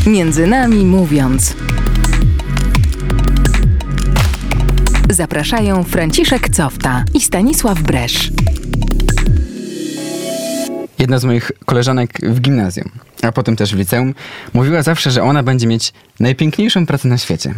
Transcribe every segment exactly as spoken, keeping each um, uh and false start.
Między nami mówiąc. Zapraszają Franciszek Cofta i Stanisław Bresz. Jedna z moich koleżanek w gimnazjum, a potem też w liceum, mówiła zawsze, że ona będzie mieć najpiękniejszą pracę na świecie.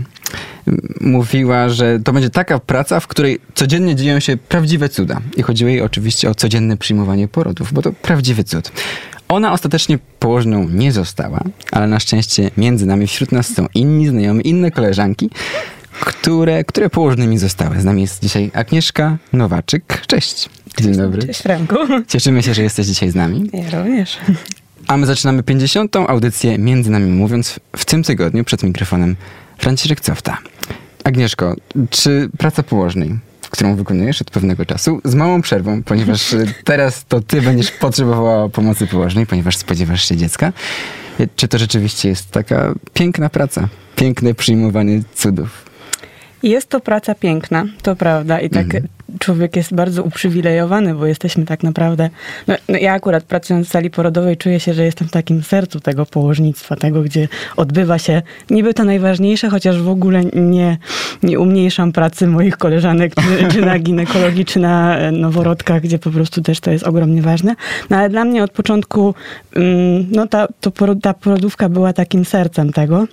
Mówiła, że to będzie taka praca, w której codziennie dzieją się prawdziwe cuda. I chodziło jej oczywiście o codzienne przyjmowanie porodów, bo to prawdziwy cud. Ona ostatecznie położną nie została, ale na szczęście między nami, wśród nas są inni znajomi, inne koleżanki, które, które położnymi zostały. Z nami jest dzisiaj Agnieszka Nowaczyk. Cześć. Dzień dobry. Cześć Franku. Cieszymy się, że jesteś dzisiaj z nami. Ja również. A my zaczynamy pięćdziesiątą audycję Między nami mówiąc w tym tygodniu przed mikrofonem Franciszek Cofta. Agnieszko, czy praca położnej, którą wykonujesz od pewnego czasu, z małą przerwą, ponieważ teraz to ty będziesz potrzebowała pomocy położnej, ponieważ spodziewasz się dziecka, czy to rzeczywiście jest taka piękna praca, piękne przyjmowanie cudów? Jest to praca piękna, to prawda. I tak mm. człowiek jest bardzo uprzywilejowany, bo jesteśmy tak naprawdę... No, no ja akurat pracując w sali porodowej czuję się, że jestem w takim sercu tego położnictwa, tego, gdzie odbywa się niby to najważniejsze, chociaż w ogóle nie, nie umniejszam pracy moich koleżanek, czy, czy na ginekologii, czy na noworodkach, gdzie po prostu też to jest ogromnie ważne. No ale dla mnie od początku no, ta, to, ta porodówka była takim sercem tego.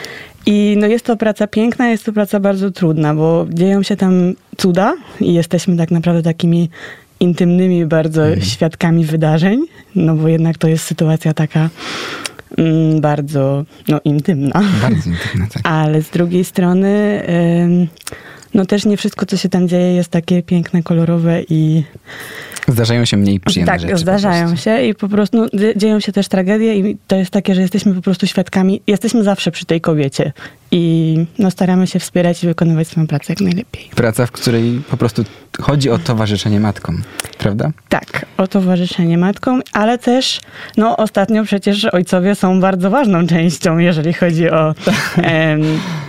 I no jest to praca piękna, jest to praca bardzo trudna, bo dzieją się tam cuda i jesteśmy tak naprawdę takimi intymnymi bardzo mm. świadkami wydarzeń, no bo jednak to jest sytuacja taka mm, bardzo no, intymna. Bardzo intymna, tak. Ale z drugiej strony ym, no też nie wszystko, co się tam dzieje, jest takie piękne, kolorowe i... Zdarzają się mniej przyjemne tak, rzeczy. Tak, zdarzają się i po prostu no, dzieją się też tragedie i to jest takie, że jesteśmy po prostu świadkami, jesteśmy zawsze przy tej kobiecie i no, staramy się wspierać i wykonywać swoją pracę jak najlepiej. Praca, w której po prostu chodzi o towarzyszenie matkom, prawda? Tak, o towarzyszenie matkom, ale też no ostatnio przecież ojcowie są bardzo ważną częścią, jeżeli chodzi o... em,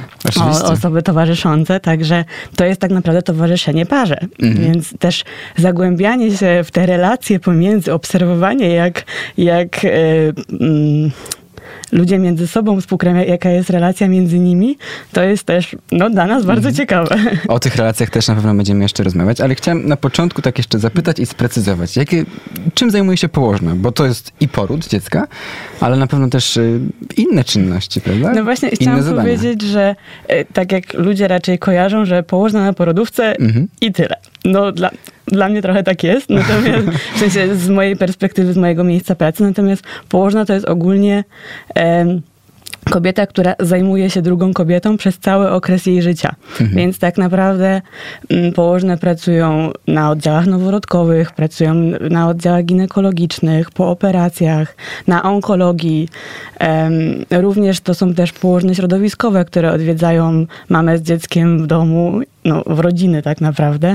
O osoby towarzyszące, także to jest tak naprawdę towarzyszenie parze. Mhm. Więc też zagłębianie się w te relacje pomiędzy, obserwowanie jak, jak yy, yy, ludzie między sobą współkrewniają, jaka jest relacja między nimi, to jest też no, dla nas bardzo mhm. ciekawe. O tych relacjach też na pewno będziemy jeszcze rozmawiać, ale chciałem na początku tak jeszcze zapytać i sprecyzować, jakie, czym zajmuje się położna? Bo to jest i poród dziecka, ale na pewno też y, inne czynności, prawda? No właśnie chciałam zadania. powiedzieć, że y, tak jak ludzie raczej kojarzą, że położna na porodówce mhm. i tyle. No dla... Dla mnie trochę tak jest, natomiast w sensie z mojej perspektywy, z mojego miejsca pracy, natomiast położna to jest ogólnie e, kobieta, która zajmuje się drugą kobietą przez cały okres jej życia. Mhm. Więc tak naprawdę m, położne pracują na oddziałach noworodkowych, pracują na oddziałach ginekologicznych, po operacjach, na onkologii. E, również to są też położne środowiskowe, które odwiedzają mamę z dzieckiem w domu, no w rodziny tak naprawdę.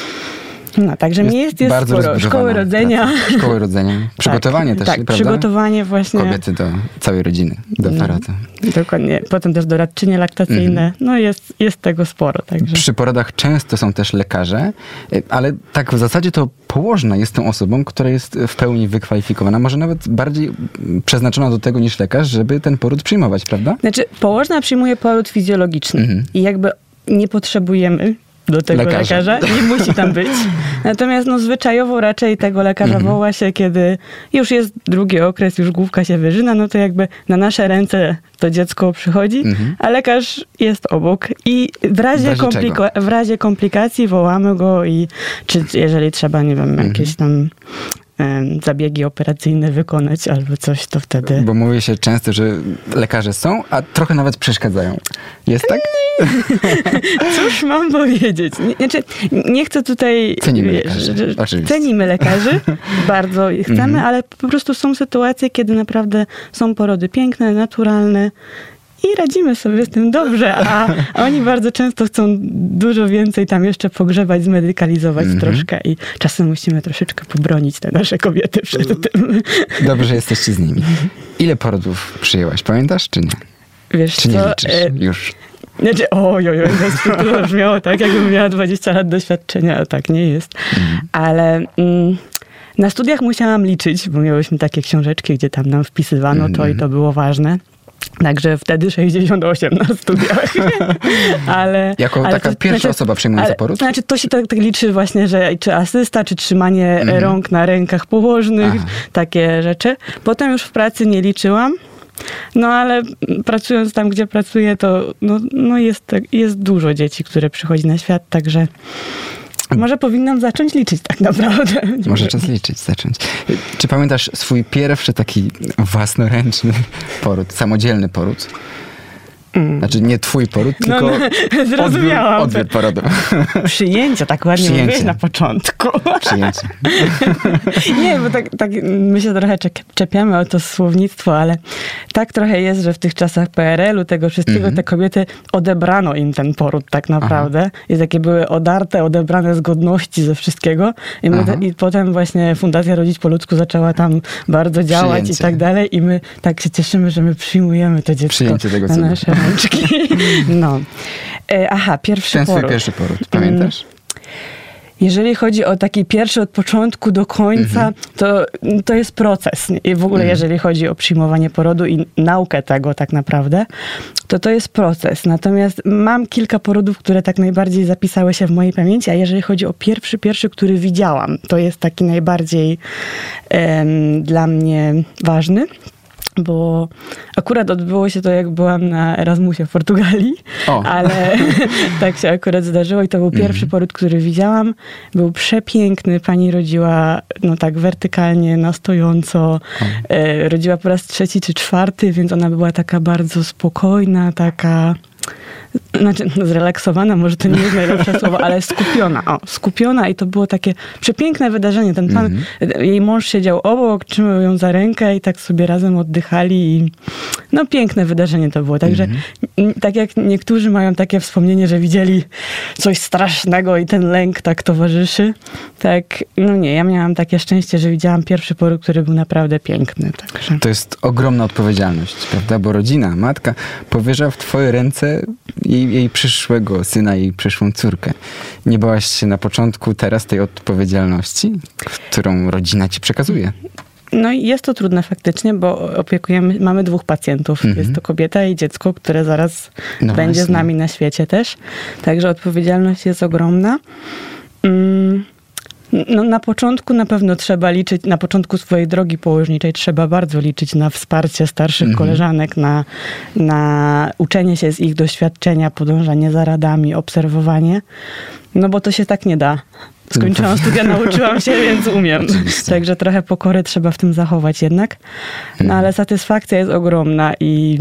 No, także jest nie jest, jest sporo. Szkoły rodzenia. Praca. Szkoły rodzenia. Przygotowanie tak, też, tak, prawda? Przygotowanie właśnie. Kobiety do całej rodziny, do aparatu. Dokładnie. Potem też doradczynie laktacyjne. Mhm. No jest, jest tego sporo. Także. Przy porodach często są też lekarze, ale tak w zasadzie to położna jest tą osobą, która jest w pełni wykwalifikowana, może nawet bardziej przeznaczona do tego niż lekarz, żeby ten poród przyjmować, prawda? Znaczy, położna przyjmuje poród fizjologiczny mhm. i jakby nie potrzebujemy do tego lekarza. lekarza. Nie musi tam być. Natomiast no, zwyczajowo raczej tego lekarza mhm. woła się, kiedy już jest drugi okres, już główka się wyżyna, no to jakby na nasze ręce to dziecko przychodzi, mhm. a lekarz jest obok i w razie, w, razie kompliko- w razie komplikacji wołamy go i czy jeżeli trzeba, nie wiem, mhm. jakieś tam zabiegi operacyjne wykonać albo coś, to wtedy... Bo mówi się często, że lekarze są, a trochę nawet przeszkadzają. Jest tak? Cóż mam powiedzieć? Nie, znaczy, nie chcę tutaj... Cenimy lekarzy, oczywiście. Cenimy lekarzy, bardzo chcemy, mhm. ale po prostu są sytuacje, kiedy naprawdę są porody piękne, naturalne, i radzimy sobie z tym dobrze, a oni bardzo często chcą dużo więcej tam jeszcze pogrzebać, zmedykalizować mm-hmm. troszkę i czasem musimy troszeczkę pobronić te nasze kobiety przed tym. Dobrze, że jesteście z nimi. Ile porodów przyjęłaś? Pamiętasz, czy nie? Wiesz czy nie co? liczysz już? Znaczy, oj, oj, oj, to brzmiało tak, jakbym miała dwadzieścia lat doświadczenia, a tak nie jest. Mm. Ale... Mm, na studiach musiałam liczyć, bo miałyśmy takie książeczki, gdzie tam nam wpisywano mm. to i to było ważne. Także wtedy sześćdziesiąt osiem na studiach. ale, jako ale taka to, pierwsza znaczy, osoba przyjmująca ale, poród? Znaczy to się tak, tak liczy właśnie, że czy asysta, czy trzymanie Mhm. rąk na rękach położnych, Aha. takie rzeczy. Potem już w pracy nie liczyłam. No ale pracując tam, gdzie pracuję, to no, no jest, jest dużo dzieci, które przychodzi na świat, także może powinnam zacząć liczyć tak naprawdę. Może czas liczyć, zacząć. Czy pamiętasz swój pierwszy taki własnoręczny poród, samodzielny poród? Mm. Znaczy nie twój poród, tylko no, zrozumiałam. Odbiór, odbiór porodu. Przyjęcie, tak ładnie Przyjęcie. mówiłeś na początku. Przyjęcie. Nie, bo tak, tak my się trochę czepiamy o to słownictwo, ale tak trochę jest, że w tych czasach P R L u, tego wszystkiego, mm-hmm. te kobiety odebrano im ten poród tak naprawdę. Aha. I takie były odarte, odebrane z godności ze wszystkiego. I, my te, i potem właśnie Fundacja Rodzić po ludzku zaczęła tam bardzo działać Przyjęcie. I tak dalej. I my tak się cieszymy, że my przyjmujemy to dziecko Przyjęcie tego na nasze rączki. No. E, aha, pierwszy Ten poród. Ten swój pierwszy poród, pamiętasz? Jeżeli chodzi o taki pierwszy od początku do końca, mm-hmm. to, to jest proces. I w ogóle mm. jeżeli chodzi o przyjmowanie porodu i naukę tego tak naprawdę, to to jest proces. Natomiast mam kilka porodów, które tak najbardziej zapisały się w mojej pamięci, a jeżeli chodzi o pierwszy, pierwszy, który widziałam, to jest taki najbardziej em, dla mnie ważny. Bo akurat odbyło się to, jak byłam na Erasmusie w Portugalii, o. ale tak się akurat zdarzyło i to był pierwszy mm. poród, który widziałam. Był przepiękny, pani rodziła no tak wertykalnie, na stojąco. E, rodziła po raz trzeci czy czwarty, więc ona była taka bardzo spokojna, taka... Znaczy, no, zrelaksowana, może to nie jest najlepsze słowo, ale skupiona. O, skupiona i to było takie przepiękne wydarzenie. Ten pan, mm-hmm. jej mąż siedział obok, trzymał ją za rękę i tak sobie razem oddychali. I, no piękne wydarzenie to było. Także mm-hmm. tak jak niektórzy mają takie wspomnienie, że widzieli coś strasznego i ten lęk tak towarzyszy, tak no nie, ja miałam takie szczęście, że widziałam pierwszy poród, który był naprawdę piękny. Także. To jest ogromna odpowiedzialność, prawda? Bo rodzina, matka powierza w twoje ręce jej, jej przyszłego syna, jej przyszłą córkę. Nie bałaś się na początku teraz tej odpowiedzialności, którą rodzina ci przekazuje? No i jest to trudne faktycznie, bo opiekujemy, mamy dwóch pacjentów. Mm-hmm. Jest to kobieta i dziecko, które zaraz no będzie właśnie. z nami na świecie też. Także odpowiedzialność jest ogromna. Mm. No, na początku na pewno trzeba liczyć, na początku swojej drogi położniczej trzeba bardzo liczyć na wsparcie starszych mm-hmm. koleżanek, na, na uczenie się z ich doświadczenia, podążanie za radami, obserwowanie. No bo to się tak nie da. Skończyłam studia, nauczyłam się, więc umiem. Oczywiście. Także trochę pokory trzeba w tym zachować jednak. No ale satysfakcja jest ogromna i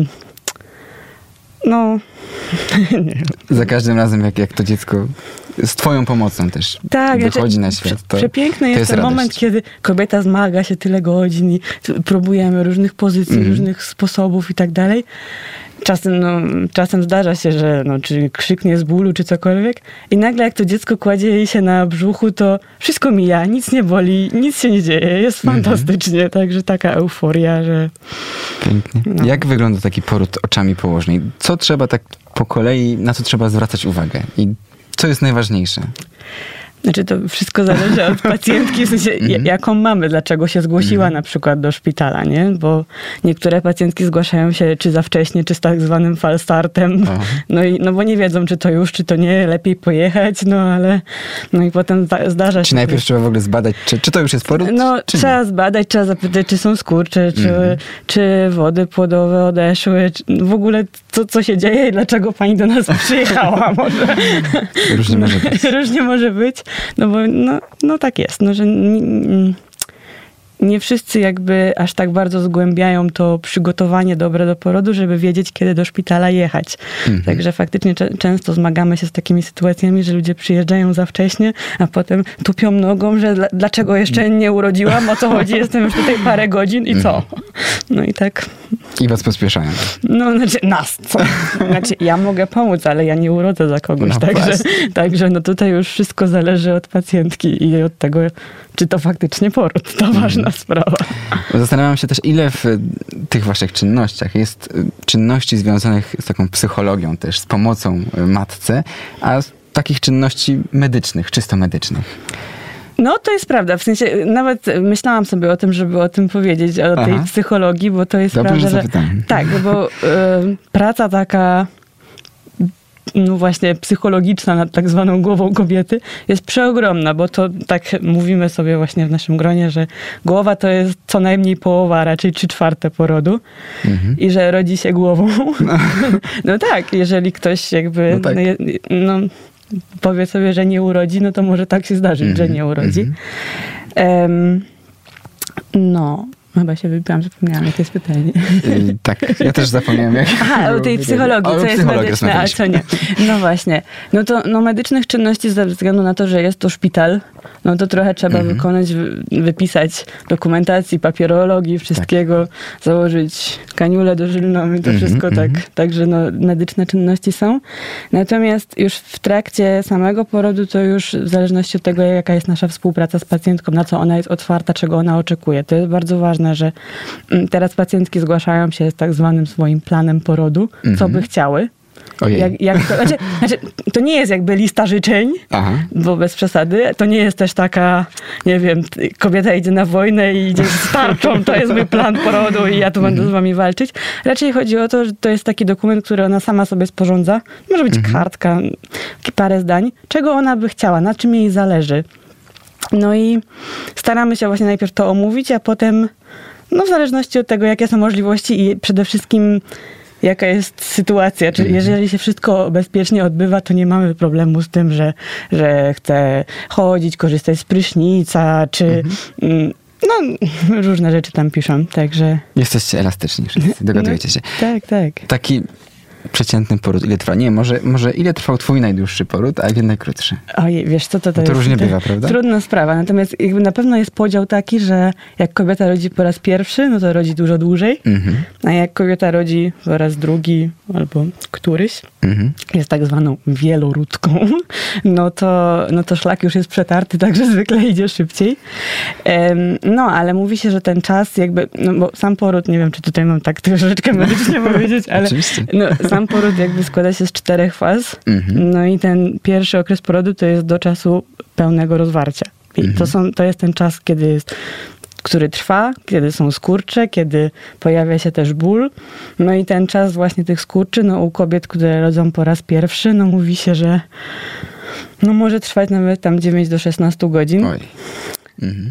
no... nie. Za każdym razem, jak, jak to dziecko z twoją pomocą też tak, wychodzi znaczy, na świat. To, przepiękny to jest ten radość. moment, kiedy kobieta zmaga się tyle godzin i próbujemy różnych pozycji, mm. różnych sposobów i tak dalej. Czasem, no, czasem zdarza się, że no, czy krzyknie z bólu, czy cokolwiek i nagle jak to dziecko kładzie jej się na brzuchu, to wszystko mija, nic nie boli, nic się nie dzieje, jest fantastycznie, mm-hmm. także taka euforia, że... Pięknie. No. Jak wygląda taki poród oczami położnej? Co trzeba tak po kolei, na co trzeba zwracać uwagę i co jest najważniejsze? Znaczy to wszystko zależy od pacjentki, w sensie mm-hmm. jaką mamy, dlaczego się zgłosiła mm-hmm. na przykład do szpitala, nie? Bo niektóre pacjentki zgłaszają się czy za wcześnie, czy z tak zwanym falstartem, oh. no i no bo nie wiedzą, czy to już, czy to nie, lepiej pojechać, no ale no i potem zdarza się... Czy najpierw trzeba w ogóle zbadać, czy, czy to już jest poród? No czy trzeba nie? zbadać, trzeba zapytać, czy są skurcze, czy, mm-hmm. czy wody płodowe odeszły, czy w ogóle co, co się dzieje i dlaczego pani do nas przyjechała może. Różnie może być. Różnie może być. No bo no, no tak jest, no, że nie, nie wszyscy jakby aż tak bardzo zgłębiają to przygotowanie dobre do porodu, żeby wiedzieć, kiedy do szpitala jechać. Mhm. Także faktycznie cze- często zmagamy się z takimi sytuacjami, że ludzie przyjeżdżają za wcześnie, a potem tupią nogą, że dla- dlaczego jeszcze nie urodziłam, o co chodzi, jestem już tutaj parę godzin i co? No i tak... I was pospieszają. No, znaczy nas, co? Znaczy ja mogę pomóc, ale ja nie urodzę za kogoś, no, także, także no tutaj już wszystko zależy od pacjentki i od tego, czy to faktycznie poród. To mm. ważna sprawa. Zastanawiam się też, ile w tych waszych czynnościach jest czynności związanych z taką psychologią też, z pomocą matce, a z takich czynności medycznych, czysto medycznych. No, to jest prawda. W sensie nawet myślałam sobie o tym, żeby o tym powiedzieć, o tej Aha. psychologii, bo to jest Dobrze, prawda, że że... zapytałem. Tak, bo y, praca taka... no właśnie psychologiczna nad tak zwaną głową kobiety jest przeogromna, bo to tak mówimy sobie właśnie w naszym gronie, że głowa to jest co najmniej połowa, a raczej trzy czwarte porodu mhm. i że rodzi się głową. No. no tak, jeżeli ktoś jakby no, tak. no, no, powie sobie, że nie urodzi, no to może tak się zdarzyć, mhm. że nie urodzi. Mhm. Um, no... Chyba się wybiłam, zapomniałam, jakie jest pytanie. Yy, tak, ja też zapomniałem. Jak Aha, o tej psychologii, co jest medyczne, a co nie. No właśnie. No to no, medycznych czynności ze względu na to, że jest to szpital, no to trochę trzeba mhm. wykonać, wypisać dokumentacji, papierologii, wszystkiego, tak. założyć kaniulę dożylną i to mhm, wszystko mhm. tak. Także no, medyczne czynności są. Natomiast już w trakcie samego porodu to już w zależności od tego, jaka jest nasza współpraca z pacjentką, na co ona jest otwarta, czego ona oczekuje. To jest bardzo ważne, że teraz pacjentki zgłaszają się z tak zwanym swoim planem porodu, mhm. co by chciały. Jak, jak to, znaczy, znaczy, to nie jest jakby lista życzeń, Aha. bo bez przesady. To nie jest też taka, nie wiem, kobieta idzie na wojnę i idzie z tarczą, to jest mój plan porodu i ja tu będę z wami walczyć. Raczej chodzi o to, że to jest taki dokument, który ona sama sobie sporządza. Może być mhm. kartka, parę zdań, czego ona by chciała, na czym jej zależy. No i staramy się właśnie najpierw to omówić, a potem, no w zależności od tego, jakie są możliwości i przede wszystkim jaka jest sytuacja. Czyli jeżeli się wszystko bezpiecznie odbywa, to nie mamy problemu z tym, że, że chce chodzić, korzystać z prysznica, czy... Mhm. No, różne rzeczy tam piszą, także... Jesteście elastyczni wszyscy, dogadujecie się. No, tak, tak. Taki przeciętny poród, ile trwa? Nie, może, może ile trwał twój najdłuższy poród, a ile najkrótszy? Ojej, wiesz co, to, to, no to jest różnie bywa, prawda? Trudna sprawa. Natomiast jakby na pewno jest podział taki, że jak kobieta rodzi po raz pierwszy, no to rodzi dużo dłużej, mhm. a jak kobieta rodzi po raz drugi albo któryś, mhm. jest tak zwaną wieloródką, no to, no to szlak już jest przetarty, także zwykle idzie szybciej. No, ale mówi się, że ten czas jakby, no bo sam poród, nie wiem, czy tutaj mam tak troszeczkę medycznie powiedzieć, ale Oczywiście. No, sam poród jakby składa się z czterech faz. Mhm. No i ten pierwszy okres porodu to jest do czasu pełnego rozwarcia. I mhm. to, są, to jest ten czas, kiedy jest, który trwa, kiedy są skurcze, kiedy pojawia się też ból. No i ten czas właśnie tych skurczy, no u kobiet, które rodzą po raz pierwszy, no mówi się, że no może trwać nawet tam dziewięć do szesnastu godzin. Oj. Mhm.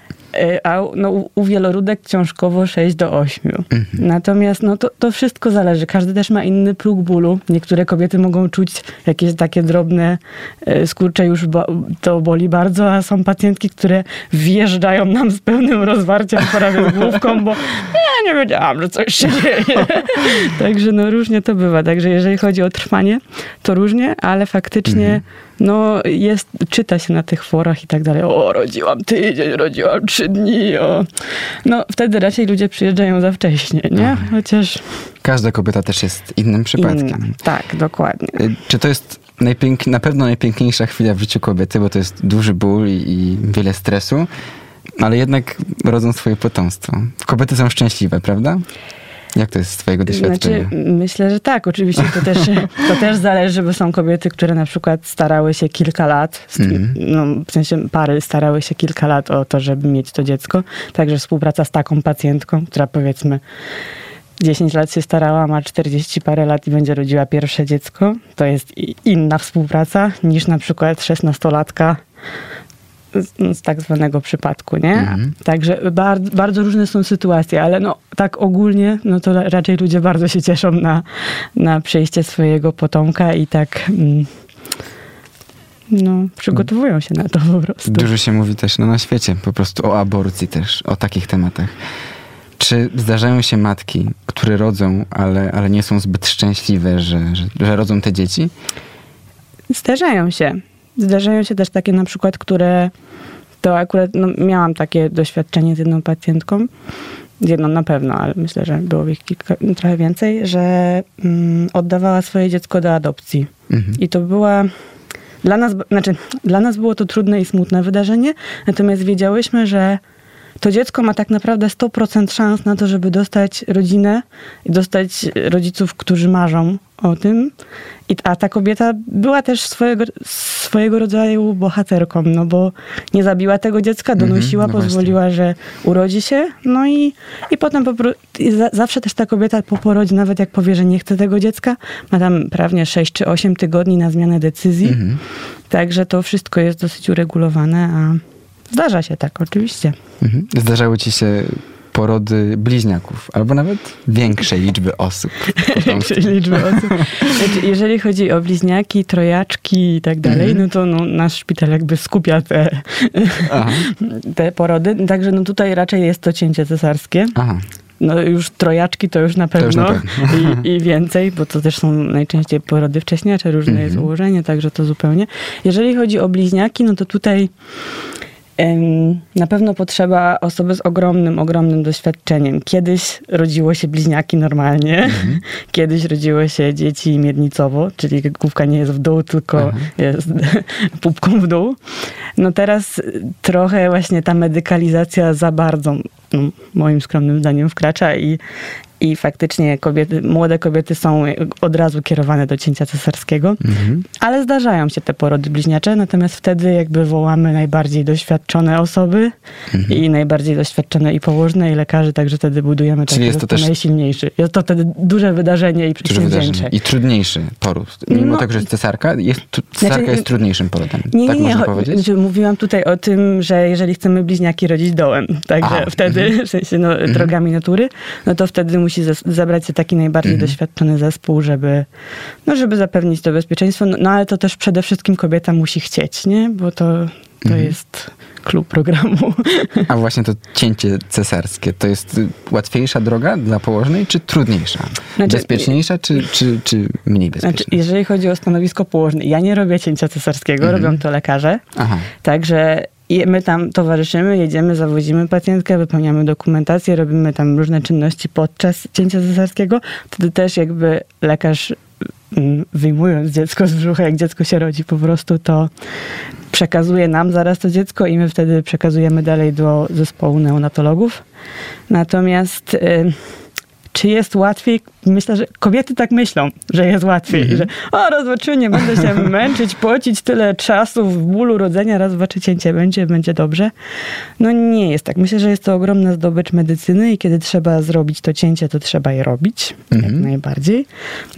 A no, u wieloródek książkowo sześć do ośmiu. Mhm. Natomiast no, to, to wszystko zależy. Każdy też ma inny próg bólu. Niektóre kobiety mogą czuć jakieś takie drobne skurcze, już bo, to boli bardzo, a są pacjentki, które wjeżdżają nam z pełnym rozwarciem prawie z główką, bo ja nie wiedziałam, że coś się dzieje. Także no różnie to bywa. Także jeżeli chodzi o trwanie, to różnie, ale faktycznie mhm. no jest, czyta się na tych forach i tak dalej. O, rodziłam tydzień, rodziłam trzy dni. O. No wtedy raczej ludzie przyjeżdżają za wcześnie, nie? Aha. Chociaż... Każda kobieta też jest innym przypadkiem. Inna. Tak, dokładnie. Czy to jest najpięk... na pewno najpiękniejsza chwila w życiu kobiety, bo to jest duży ból i, i wiele stresu, ale jednak rodzą swoje potomstwo. Kobiety są szczęśliwe, prawda? Jak to jest z twojego doświadczenia? Znaczy, myślę, że tak. Oczywiście to też, to też zależy, bo są kobiety, które na przykład starały się kilka lat, mm. no, w sensie pary starały się kilka lat o to, żeby mieć to dziecko. Także współpraca z taką pacjentką, która powiedzmy dziesięć lat się starała, ma czterdzieści parę lat i będzie rodziła pierwsze dziecko, to jest inna współpraca niż na przykład szesnastolatka z, z tak zwanego przypadku, nie? Mhm. Także bardzo, bardzo różne są sytuacje, ale no tak ogólnie, no to raczej ludzie bardzo się cieszą na, na przyjście swojego potomka i tak mm, no, przygotowują się na to po prostu. Dużo się mówi też no, na świecie po prostu o aborcji też, o takich tematach. Czy zdarzają się matki, które rodzą, ale, ale nie są zbyt szczęśliwe, że, że, że rodzą te dzieci? Zdarzają się. Zdarzają się też takie na przykład, które to akurat, no miałam takie doświadczenie z jedną pacjentką, jedną na pewno, ale myślę, że było ich kilka, trochę więcej, że mm, oddawała swoje dziecko do adopcji. Mhm. I to była dla nas, znaczy dla nas było to trudne i smutne wydarzenie, natomiast wiedziałyśmy, że to dziecko ma tak naprawdę sto procent szans na to, żeby dostać rodzinę i dostać rodziców, którzy marzą o tym. I, a ta kobieta była też swojego, swojego rodzaju bohaterką, no bo nie zabiła tego dziecka, donosiła, Mhm, no pozwoliła, właśnie. że urodzi się, no i, i potem po, pro- i za, zawsze też ta kobieta po porodzie, nawet jak powie, że nie chce tego dziecka, ma tam prawnie sześć czy osiem tygodni na zmianę decyzji, Mhm. także to wszystko jest dosyć uregulowane, a zdarza się tak, oczywiście. Mhm. Zdarzały ci się porody bliźniaków, albo nawet większej liczby osób. Większej liczby osób. Znaczy, jeżeli chodzi o bliźniaki, trojaczki i tak dalej, Mhm. no to no, nasz szpital jakby skupia te, Aha. te porody. Także no tutaj raczej jest to cięcie cesarskie. Aha. No już trojaczki to już na pewno, już na pewno. I, i więcej, bo to też są najczęściej porody wcześniejsze, różne Mhm. jest ułożenie, także to zupełnie. Jeżeli chodzi o bliźniaki, no to tutaj em, na pewno potrzeba osoby z ogromnym, ogromnym doświadczeniem. Kiedyś rodziło się bliźniaki normalnie, Mhm. kiedyś rodziło się dzieci miednicowo, czyli główka nie jest w dół, tylko Aha. jest pupką w dół. No teraz trochę właśnie ta medykalizacja za bardzo, no, moim skromnym zdaniem, wkracza i, i faktycznie kobiety, młode kobiety są od razu kierowane do cięcia cesarskiego. Mhm. Ale zdarzają się te porody bliźniacze, natomiast wtedy jakby wołamy najbardziej doświadczone osoby Mhm. i najbardziej doświadczone i położne, i lekarzy, także wtedy budujemy Czyli taki jest to zespół też- najsilniejszy. Jest to wtedy duże wydarzenie i Duże przedsięwzięcie. wydarzenie. I trudniejszy poród. Mimo No. tego, że jest cesarka, jest, tu- cesarka Znaczy, jest trudniejszym porodem. Nie, tak nie, nie. można cho- powiedzieć? Znaczy, mówiłam tutaj o tym, że jeżeli chcemy bliźniaki rodzić dołem, także A, wtedy, mhm. w sensie no, drogami natury, no to wtedy musi zes- zebrać się taki najbardziej Mhm. doświadczony zespół, żeby, no, żeby zapewnić to bezpieczeństwo. No, no ale to też przede wszystkim kobieta musi chcieć, nie? Bo to, to Mhm. jest klub programu. A właśnie to cięcie cesarskie, to jest y, łatwiejsza droga dla położnej, czy trudniejsza? Znaczy- Bezpieczniejsza, czy, czy, czy mniej bezpieczna? Znaczy, jeżeli chodzi o stanowisko położne, ja nie robię cięcia cesarskiego, Mhm. robią to lekarze. Aha. Także i my tam towarzyszymy, jedziemy, zawozimy pacjentkę, wypełniamy dokumentację, robimy tam różne czynności podczas cięcia cesarskiego. Wtedy też jakby lekarz, mm, wyjmując dziecko z brzucha, jak dziecko się rodzi, po prostu to przekazuje nam zaraz to dziecko i my wtedy przekazujemy dalej do zespołu neonatologów. Natomiast y, czy jest łatwiej? Myślę, że kobiety tak myślą, że jest łatwiej. Mhm. Że o, raz, dwa, trzy, nie będę się męczyć, pocić tyle czasu w bólu rodzenia, raz, dwa, trzy, cięcie będzie, będzie dobrze. No nie jest tak. Myślę, że jest to ogromna zdobycz medycyny i kiedy trzeba zrobić to cięcie, to trzeba je robić. Mhm. Jak najbardziej.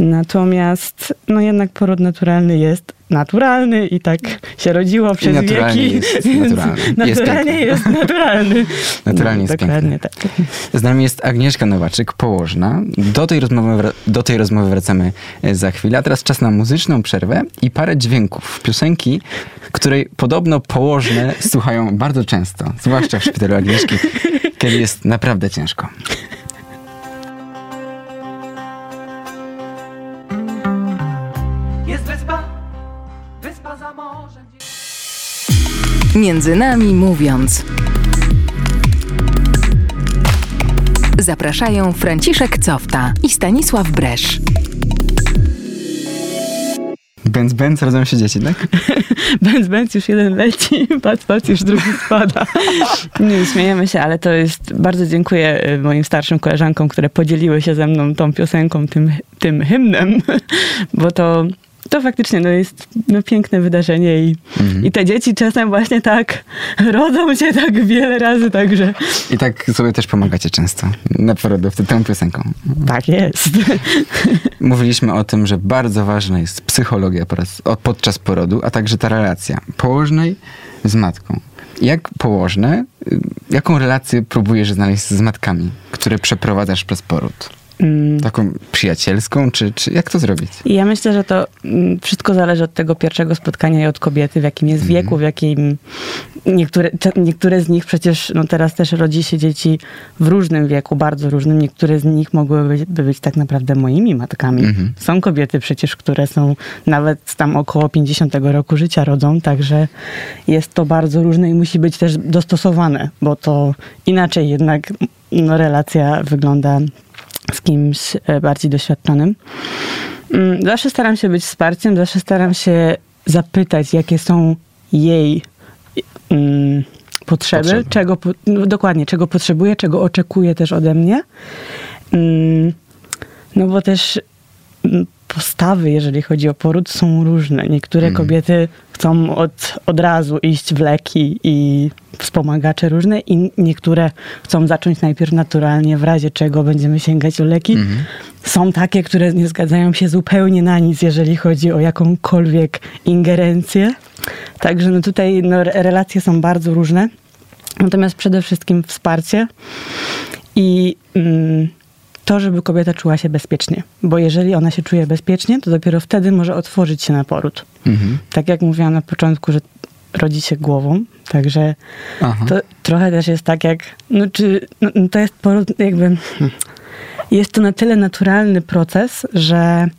Natomiast no jednak poród naturalny jest naturalny i tak się rodziło przez naturalnie wieki. jest więc naturalny. Jest naturalnie piękny. jest naturalny. Naturalnie no, jest dokładnie tak. Z nami jest Agnieszka Nowaczyk, położna. Do tej rozmowy, wra- do tej rozmowy wracamy e, za chwilę. A teraz czas na muzyczną przerwę i parę dźwięków. Piosenki, której podobno położne słuchają bardzo często. Zwłaszcza w szpitalu Agnieszki, kiedy jest naprawdę ciężko. Jest wyspa, wyspa za morzem. Między nami mówiąc. Zapraszają Franciszek Cofta i Stanisław Bresz. Bęc, bęc, rodzą się dzieci, tak? Bęc, bęc, już jeden leci, patrz, patrz, już drugi spada. Nie, śmiejemy się, ale to jest... Bardzo dziękuję y, moim starszym koleżankom, które podzieliły się ze mną tą piosenką, tym, tym hymnem, bo to... To faktycznie no jest no, piękne wydarzenie i, Mhm. i te dzieci czasem właśnie tak rodzą się tak wiele razy, także I tak sobie też pomagacie często na porodowcy tą piosenką. tak jest. Mówiliśmy o tym, że bardzo ważna jest psychologia podczas, podczas porodu, a także ta relacja położnej z matką. Jak położne, y, jaką relację próbujesz znaleźć z matkami, które przeprowadzasz przez poród? Mm. Taką przyjacielską, czy, czy jak to zrobić? I ja myślę, że to mm, wszystko zależy od tego pierwszego spotkania i od kobiety, w jakim jest wieku, w jakim niektóre, cze- niektóre z nich przecież, no teraz też rodzi się dzieci w różnym wieku, bardzo różnym. Niektóre z nich mogłyby być, by być tak naprawdę moimi matkami. Mhm. Są kobiety przecież, które są nawet tam około pięćdziesiątego roku życia rodzą, także jest to bardzo różne i musi być też dostosowane, bo to inaczej jednak no, relacja wygląda z kimś e, bardziej doświadczonym. Mm, Zawsze staram się być wsparciem, zawsze staram się zapytać, jakie są jej mm, potrzeby, Potrzeby. czego, po- no, dokładnie, czego potrzebuje, czego oczekuje też ode mnie. Mm, No bo też mm, postawy, jeżeli chodzi o poród, są różne. Niektóre Mhm. kobiety chcą od, od razu iść w leki i wspomagacze różne i niektóre chcą zacząć najpierw naturalnie, w razie czego będziemy sięgać o leki. Mhm. Są takie, które nie zgadzają się zupełnie na nic, jeżeli chodzi o jakąkolwiek ingerencję. Także no tutaj no, relacje są bardzo różne. Natomiast przede wszystkim wsparcie i mm, to, żeby kobieta czuła się bezpiecznie. Bo jeżeli ona się czuje bezpiecznie, to dopiero wtedy może otworzyć się na poród. Mhm. Tak jak mówiłam na początku, że rodzi się głową, także Aha. to trochę też jest tak jak, no czy no, to jest poród jakby, jest to na tyle naturalny proces, że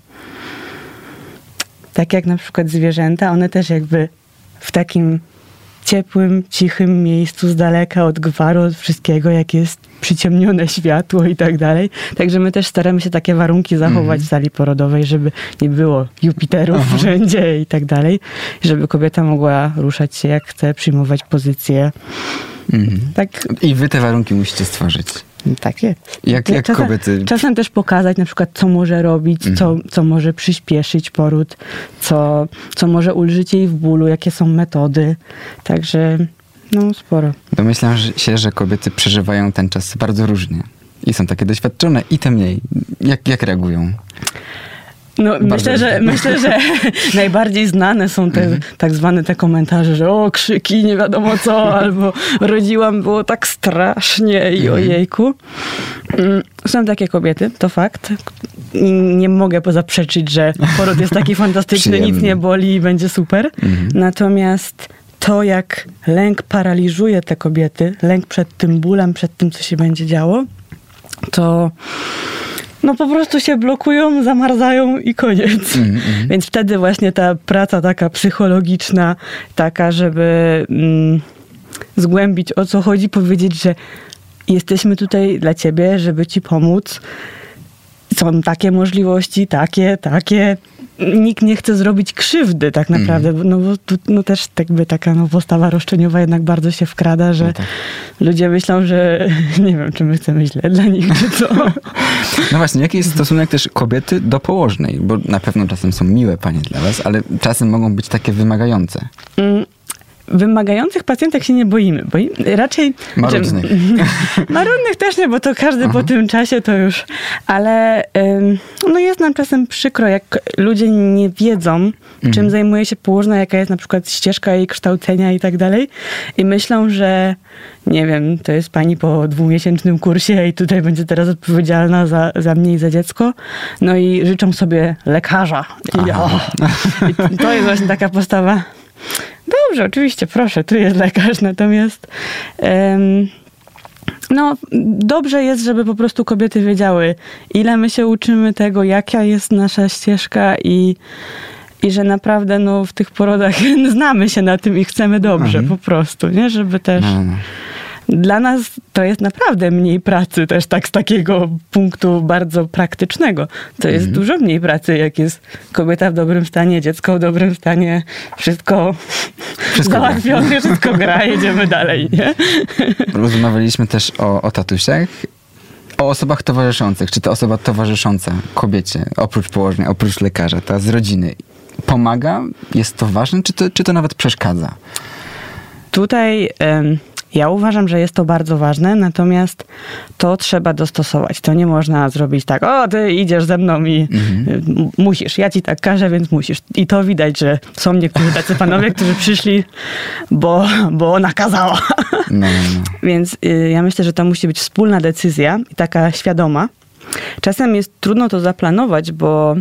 tak jak na przykład zwierzęta, one też jakby w takim ciepłym, cichym miejscu z daleka od gwaru, od wszystkiego, jak jest przyciemnione światło i tak dalej. Także my też staramy się takie warunki zachować mm. w sali porodowej, żeby nie było Jupiterów Aha. wszędzie i tak dalej. Żeby kobieta mogła ruszać się jak chce, przyjmować pozycję. Mm. Tak. I wy te warunki musicie stworzyć. Tak jest. Jak, jak czasem, kobiety... Czasem też pokazać na przykład, co może robić, mm. co, co może przyspieszyć poród, co, co może ulżyć jej w bólu, jakie są metody. Także no sporo. Domyślam się, że kobiety przeżywają ten czas bardzo różnie. I są takie doświadczone i te mniej. Jak, jak reagują? No, myślę, że, myślę, że najbardziej znane są te mm. tak zwane te komentarze, że o, krzyki, nie wiadomo co, albo rodziłam, było tak strasznie i ojejku. Są takie kobiety, to fakt. Nie mogę pozaprzeczyć, że poród jest taki fantastyczny, nic nie boli i będzie super. Mm. Natomiast to, jak lęk paraliżuje te kobiety, lęk przed tym bólem, przed tym, co się będzie działo, to no po prostu się blokują, zamarzają i koniec. Mm, mm. Więc wtedy właśnie ta praca taka psychologiczna, taka, żeby mm, zgłębić, o co chodzi, powiedzieć, że jesteśmy tutaj dla ciebie, żeby ci pomóc. Są takie możliwości, takie, takie. Nikt nie chce zrobić krzywdy tak naprawdę, mm. no bo tu, no też jakby taka no, postawa roszczeniowa jednak bardzo się wkrada, że no tak. ludzie myślą, że nie wiem, czy my chcemy źle dla nich, czy co. No właśnie, jaki jest stosunek też kobiety do położnej? Bo na pewno czasem są miłe panie dla was, ale czasem mogą być takie wymagające. Mm. Wymagających pacjentek się nie boimy. Boimy raczej... Marudnych. Marudnych też nie, bo to każdy Aha. po tym czasie to już... Ale ym, no jest nam czasem przykro, jak ludzie nie wiedzą, mhm. czym zajmuje się położna, jaka jest na przykład ścieżka jej kształcenia i tak dalej. I myślą, że nie wiem, to jest pani po dwumiesięcznym kursie i tutaj będzie teraz odpowiedzialna za, za mnie i za dziecko. No i życzą sobie lekarza. I, o, i to jest właśnie taka postawa... Dobrze, oczywiście, proszę, tu jest lekarz, natomiast um, no, dobrze jest, żeby po prostu kobiety wiedziały, ile my się uczymy tego, jaka jest nasza ścieżka i, i że naprawdę no, w tych porodach znamy się na tym i chcemy dobrze mhm. po prostu, nie? Żeby też... No, no. Dla nas to jest naprawdę mniej pracy też tak z takiego punktu bardzo praktycznego. To jest mm. dużo mniej pracy, jak jest kobieta w dobrym stanie, dziecko w dobrym stanie, wszystko, wszystko załatwione, gra. wszystko gra, jedziemy dalej, nie? Rozmawialiśmy też o, o tatusiach, o osobach towarzyszących. Czy ta osoba towarzysząca kobiecie, oprócz położnej, oprócz lekarza, ta z rodziny, pomaga? Jest to ważne, czy to, czy to nawet przeszkadza? Tutaj... Um, Ja uważam, że jest to bardzo ważne, natomiast to trzeba dostosować. To nie można zrobić tak, o, ty idziesz ze mną i mhm. musisz. Ja ci tak każę, więc musisz. I to widać, że są niektórzy tacy panowie, którzy przyszli, bo, bo ona kazała. No, no. Więc y, ja myślę, że to musi być wspólna decyzja i taka świadoma. Czasem jest trudno to zaplanować, bo...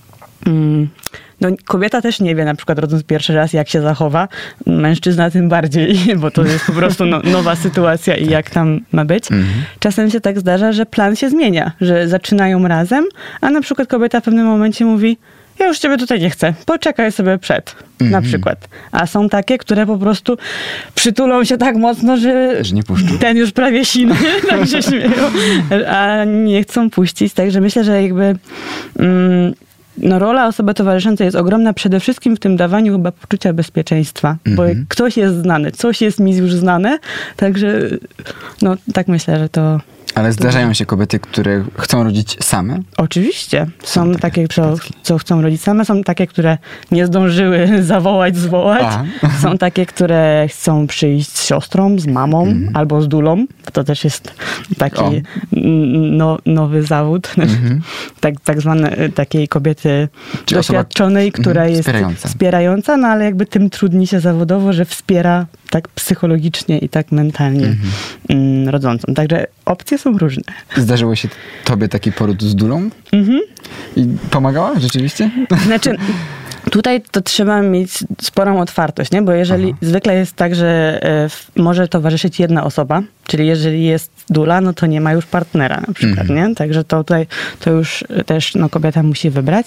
Mm, No, kobieta też nie wie, na przykład rodząc pierwszy raz, jak się zachowa. Mężczyzna tym bardziej, bo to jest po prostu no, nowa sytuacja i tak. jak tam ma być. Mhm. Czasem się tak zdarza, że plan się zmienia, że zaczynają razem, a na przykład kobieta w pewnym momencie mówi, ja już ciebie tutaj nie chcę, poczekaj sobie przed, mhm. na przykład. A są takie, które po prostu przytulą się tak mocno, że, że nie puszczą. Ten już prawie siny, tak się śmieją, a nie chcą puścić. Także myślę, że jakby... Mm, No, rola osoby towarzyszącej jest ogromna przede wszystkim w tym dawaniu chyba poczucia bezpieczeństwa, mm-hmm. bo ktoś jest znany, coś jest mi już znane, także no tak myślę, że to Ale zdarzają się kobiety, które chcą rodzić same? Oczywiście. Są, Są takie takie, co, przypadki. co chcą rodzić same, są takie, które nie zdążyły zawołać, zwołać. Aha. Są takie, które chcą przyjść z siostrą, z mamą Mhm. albo z dulą. To też jest taki O. n- no, nowy zawód. Mhm. Tak, tak zwane takiej kobiety Czyli osoba- doświadczonej, która Mhm, jest wspierająca. wspierająca, no ale jakby tym trudni się zawodowo, że wspiera tak psychologicznie i tak mentalnie Mhm. mm, rodzącą. Także opcje są różne. Zdarzyło się tobie taki poród z dulą? Mhm. I pomagała rzeczywiście? Znaczy, tutaj to trzeba mieć sporą otwartość, nie? Bo jeżeli Aha. zwykle jest tak, że e, w- może towarzyszyć jedna osoba, czyli jeżeli jest dula, no to nie ma już partnera na przykład, Mhm. nie? Także to tutaj to już też no, kobieta musi wybrać.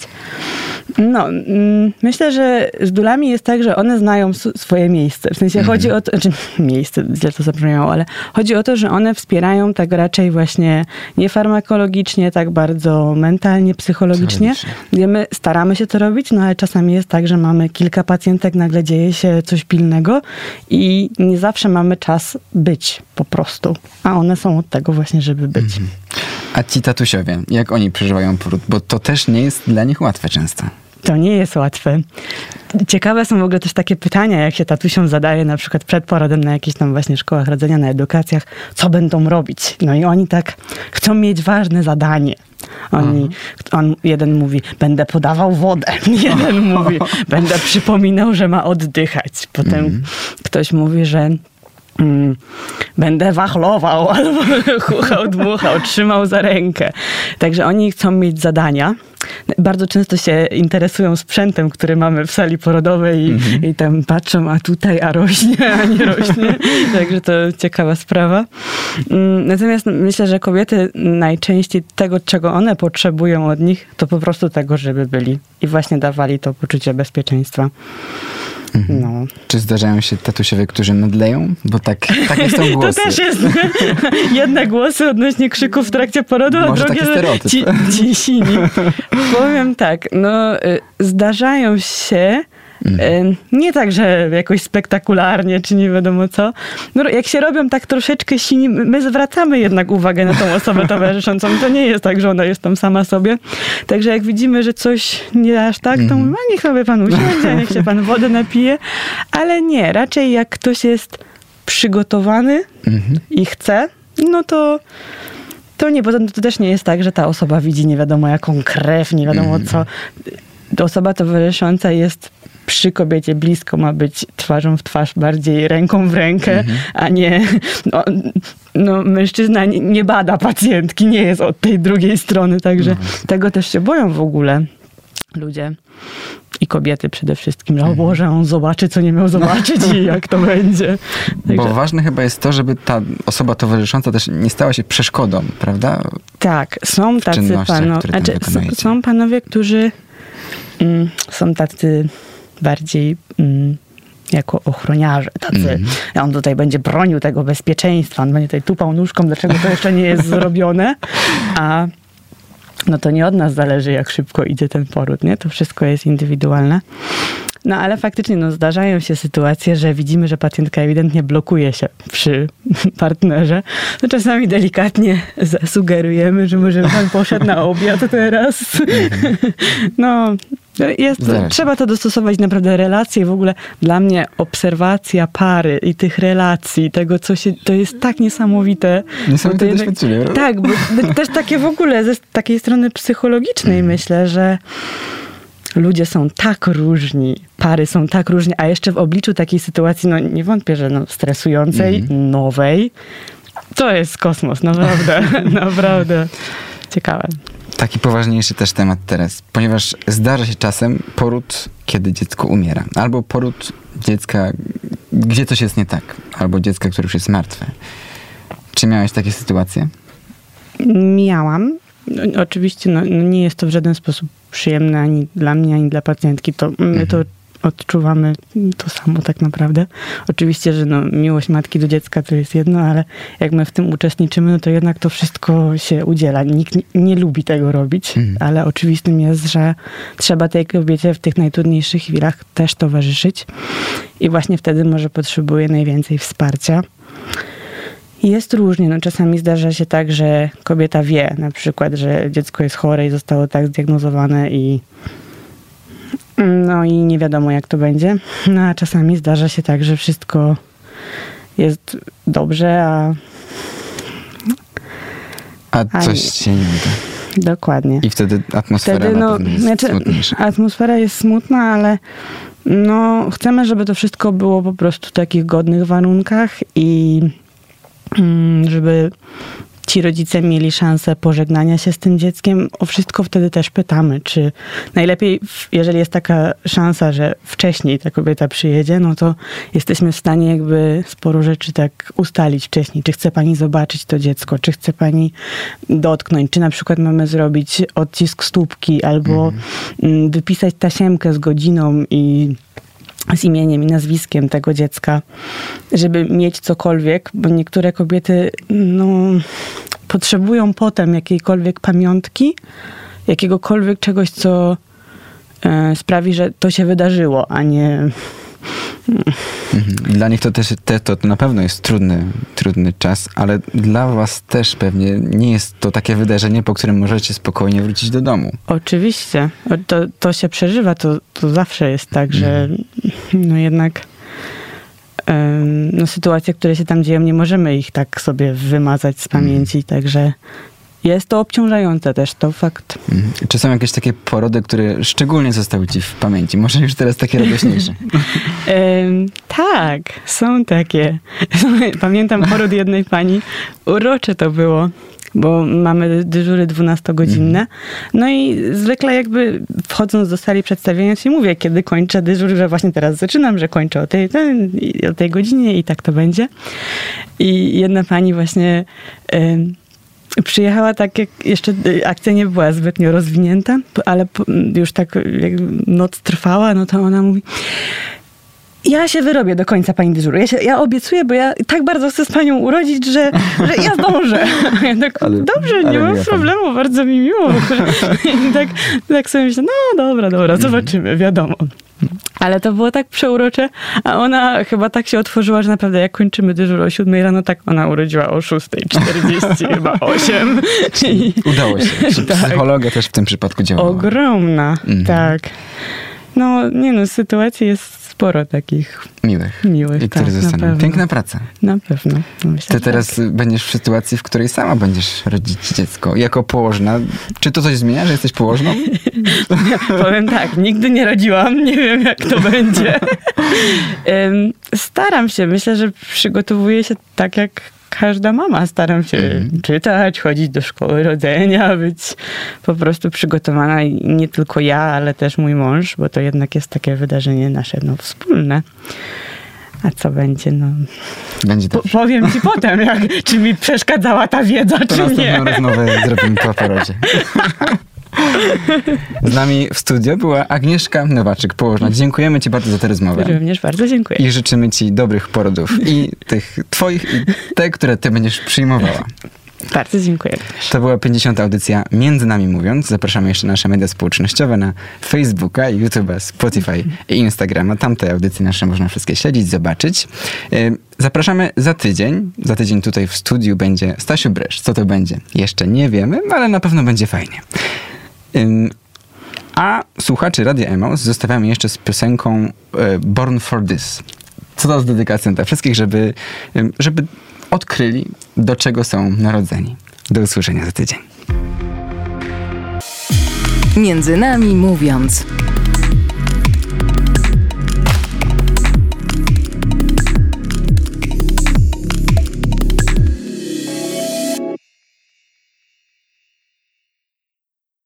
No, mm, myślę, że z dulami jest tak, że one znają s- swoje miejsce. W sensie Mhm. chodzi o to, znaczy miejsce, źle to zabrzmiało, ale chodzi o to, że one wspierają tak raczej właśnie nie farmakologicznie, tak bardzo mentalnie, psychologicznie, Psychologicznie. gdzie my staramy się to robić, no ale czasami jest tak, że mamy kilka pacjentek, nagle dzieje się coś pilnego i nie zawsze mamy czas być po prostu. A one są od tego właśnie, żeby być. A ci tatusiowie, jak oni przeżywają poród? Bo to też nie jest dla nich łatwe często. To nie jest łatwe. Ciekawe są w ogóle też takie pytania, jak się tatusiom zadaje na przykład przed porodem na jakichś tam właśnie szkołach rodzenia, na edukacjach, co będą robić. No i oni tak chcą mieć ważne zadanie. Oni, on, jeden mówi, będę podawał wodę. Jeden mówi, będę przypominał, że ma oddychać. Potem ktoś mówi, że Mm, będę wachlował albo chuchał, dmuchał, trzymał za rękę. Także oni chcą mieć zadania. Bardzo często się interesują sprzętem, który mamy w sali porodowej i, Mhm. i tam patrzą, a tutaj, a rośnie, a nie rośnie. Także to ciekawa sprawa. Mm, Natomiast myślę, że kobiety najczęściej tego, czego one potrzebują od nich, to po prostu tego, żeby byli i właśnie dawali to poczucie bezpieczeństwa. No. Czy zdarzają się tatusiowie, którzy mdleją? Bo tak, takie są głosy. To też jest jedne głosy odnośnie krzyków w trakcie porodu, a Może drugie, taki że stereotyp. ci, ci sini. Powiem tak, no y, zdarzają się y, nie tak, że jakoś spektakularnie, czy nie wiadomo co. No, jak się robią tak troszeczkę sini, my zwracamy jednak uwagę na tą osobę towarzyszącą. To nie jest tak, że ona jest tam sama sobie. Także jak widzimy, że coś nie aż tak, to mówimy, a niech sobie pan usiądzie, niech się pan wodę napije. Ale nie, raczej jak ktoś jest przygotowany Mhm. i chce, no to to nie, bo to, to też nie jest tak, że ta osoba widzi nie wiadomo jaką krew, nie wiadomo co. Ta osoba towarzysząca jest przy kobiecie blisko, ma być twarzą w twarz, bardziej ręką w rękę, a nie no, no, mężczyzna nie, nie bada pacjentki, nie jest od tej drugiej strony, także tego też się boją w ogóle ludzie. I kobiety przede wszystkim, że o Boże, on zobaczy, co nie miał zobaczyć i jak to będzie. Bo Także, ważne chyba jest to, żeby ta osoba towarzysząca też nie stała się przeszkodą, prawda? tak, są tacy czynnościach, panowie, które tam znaczy, s- wykonujecie. są panowie, którzy mm, są tacy bardziej mm, jako ochroniarze, tacy, Mhm. on tutaj będzie bronił tego bezpieczeństwa, on będzie tutaj tupał nóżką, dlaczego to jeszcze nie jest zrobione, a no to nie od nas zależy, jak szybko idzie ten poród, nie? To wszystko jest indywidualne. No ale faktycznie no, zdarzają się sytuacje, że widzimy, że pacjentka ewidentnie blokuje się przy partnerze. No czasami delikatnie zasugerujemy, że może pan poszedł na obiad teraz. No, jest, Zdarza się. trzeba to dostosować naprawdę relacje. W ogóle dla mnie obserwacja pary i tych relacji, tego co się, to jest tak niesamowite. Niesamowite Bo to jednak- doświadczenie, prawda? Tak, bo też takie w ogóle ze takiej strony psychologicznej myślę, że ludzie są tak różni, pary są tak różne, a jeszcze w obliczu takiej sytuacji, no nie wątpię, że no, stresującej, nowej, to jest kosmos, naprawdę, naprawdę ciekawe. Taki poważniejszy też temat teraz, ponieważ zdarza się czasem poród, kiedy dziecko umiera. Albo poród dziecka, gdzie coś jest nie tak. Albo dziecka, które już jest martwe. Czy miałeś takie sytuacje? Miałam. No, oczywiście no, no nie jest to w żaden sposób przyjemne ani dla mnie, ani dla pacjentki. To my to odczuwamy to samo tak naprawdę. Oczywiście, że no, miłość matki do dziecka to jest jedno, ale jak my w tym uczestniczymy, no to jednak to wszystko się udziela. Nikt nie, nie lubi tego robić, ale oczywistym jest, że trzeba tej kobiecie w tych najtrudniejszych chwilach też towarzyszyć i właśnie wtedy może potrzebuje najwięcej wsparcia. Jest różnie. No, czasami zdarza się tak, że kobieta wie na przykład, że dziecko jest chore i zostało tak zdiagnozowane i no i nie wiadomo jak to będzie. No a czasami zdarza się tak, że wszystko jest dobrze, a A A coś nie. się nie uda. dokładnie. I wtedy atmosfera Wtedy, na no, pewno jest znaczy, smutniejsza. atmosfera jest smutna, ale no, chcemy, żeby to wszystko było po prostu w takich godnych warunkach i mm, żeby ci rodzice mieli szansę pożegnania się z tym dzieckiem. O wszystko wtedy też pytamy, czy najlepiej, w- jeżeli jest taka szansa, że wcześniej ta kobieta przyjedzie, no to jesteśmy w stanie jakby sporo rzeczy tak ustalić wcześniej. Czy chce pani zobaczyć to dziecko, czy chce pani dotknąć, czy na przykład mamy zrobić odcisk stópki albo mm, wypisać tasiemkę z godziną i z imieniem i nazwiskiem tego dziecka, żeby mieć cokolwiek, bo niektóre kobiety no, potrzebują potem jakiejkolwiek pamiątki, jakiegokolwiek czegoś, co e, sprawi, że to się wydarzyło, a nie... Mhm. Dla nich to też te, to, to na pewno jest trudny, trudny czas, ale dla was też pewnie nie jest to takie wydarzenie, po którym możecie spokojnie wrócić do domu. Oczywiście. To, to się przeżywa, to, to zawsze jest tak, że no jednak em, no sytuacje, które się tam dzieją, nie możemy ich tak sobie wymazać z pamięci, także jest to obciążające też, to fakt. Mhm. Czy są jakieś takie porody, które szczególnie zostały ci w pamięci? Może już teraz takie radośniejsze. Em, tak, są takie. Pamiętam poród jednej pani. Urocze to było, bo mamy dyżury dwunastogodzinne. No i zwykle jakby wchodząc do sali przedstawienia się mówię, kiedy kończę dyżur, że właśnie teraz zaczynam, że kończę o tej, o tej godzinie i tak to będzie. I jedna pani właśnie... em, Przyjechała tak, jak jeszcze akcja nie była zbytnio rozwinięta, ale po- już tak jak noc trwała, no to ona mówi: ja się wyrobię do końca pani dyżuru. Ja, się, ja obiecuję, bo ja tak bardzo chcę z panią urodzić, że, że ja zdążę. Ja tak, Ale- dobrze, nie ale mam miła pani. problemu, bardzo mi miło. I tak, tak sobie myślę, no dobra, dobra, zobaczymy, wiadomo. Ale to było tak przeurocze, a ona chyba tak się otworzyła, że naprawdę jak kończymy dyżur o siódmej rano, tak ona urodziła o szóstej czterdzieści, chyba osiem. I Udało się. Czy Tak. psychologia też w tym przypadku działała? ogromna, Mhm. tak. No, nie no, sytuacji jest sporo takich Miłych. miłych. I które tak, na zostaną. pewno. Piękna praca. Na pewno. Myślę, Ty że teraz będziesz w sytuacji, w której sama będziesz rodzić dziecko. Jako położna. Czy to coś zmienia, że jesteś położną? tak. Powiem tak, nigdy nie rodziłam, nie wiem jak to będzie. Em, Staram się, myślę, że przygotowuję się tak jak każda mama. Staram się Mhm. czytać, chodzić do szkoły rodzenia, być po prostu przygotowana i nie tylko ja, ale też mój mąż, bo to jednak jest takie wydarzenie nasze no, wspólne. A co będzie, no... Będzie Po, dobrze. powiem ci potem, jak, czy mi przeszkadzała ta wiedza, To czy następną nie. rozmowę zrobimy po porodzie. Z nami w studio była Agnieszka Nowaczyk, położna. Dziękujemy ci bardzo za tę rozmowę. Również bardzo dziękuję. I życzymy ci dobrych porodów. I tych twoich, i te, które ty będziesz przyjmowała. Bardzo dziękuję. To była pięćdziesiąta audycja Między Nami Mówiąc. Zapraszamy jeszcze na nasze media społecznościowe, na Facebooka, YouTube'a, Spotify i Instagrama. Tam te audycje nasze można wszystkie śledzić, zobaczyć. Yy, Zapraszamy za tydzień. Za tydzień tutaj w studiu będzie Stasiu Bresz. Co to będzie? Jeszcze nie wiemy, ale na pewno będzie fajnie. Yy, A słuchaczy Radia Emaus zostawiamy jeszcze z piosenką yy, Born for This. Co to z dedykacją dla wszystkich, żeby, yy, żeby odkryli, do czego są narodzeni. Do usłyszenia za tydzień. Między nami mówiąc.